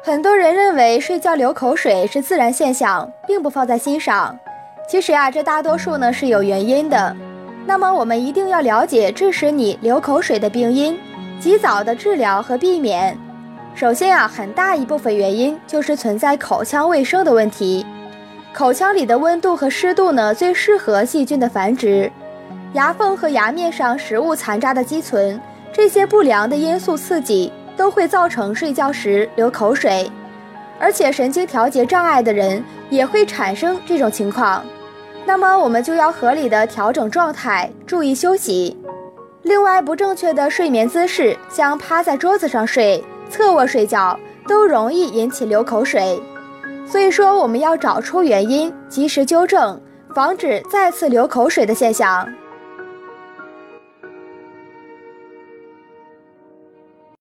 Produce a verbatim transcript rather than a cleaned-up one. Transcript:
很多人认为睡觉流口水是自然现象，并不放在心上。其实啊，这大多数呢是有原因的。那么我们一定要了解致使你流口水的病因，及早的治疗和避免。首先啊，很大一部分原因就是存在口腔卫生的问题。口腔里的温度和湿度呢，最适合细菌的繁殖。牙缝和牙面上食物残渣的积存，这些不良的因素刺激，都会造成睡觉时流口水。而且神经调节障碍的人也会产生这种情况。那么我们就要合理的调整状态，注意休息。另外，不正确的睡眠姿势，像趴在桌子上睡、侧卧睡觉，都容易引起流口水。所以说，我们要找出原因，及时纠正，防止再次流口水的现象。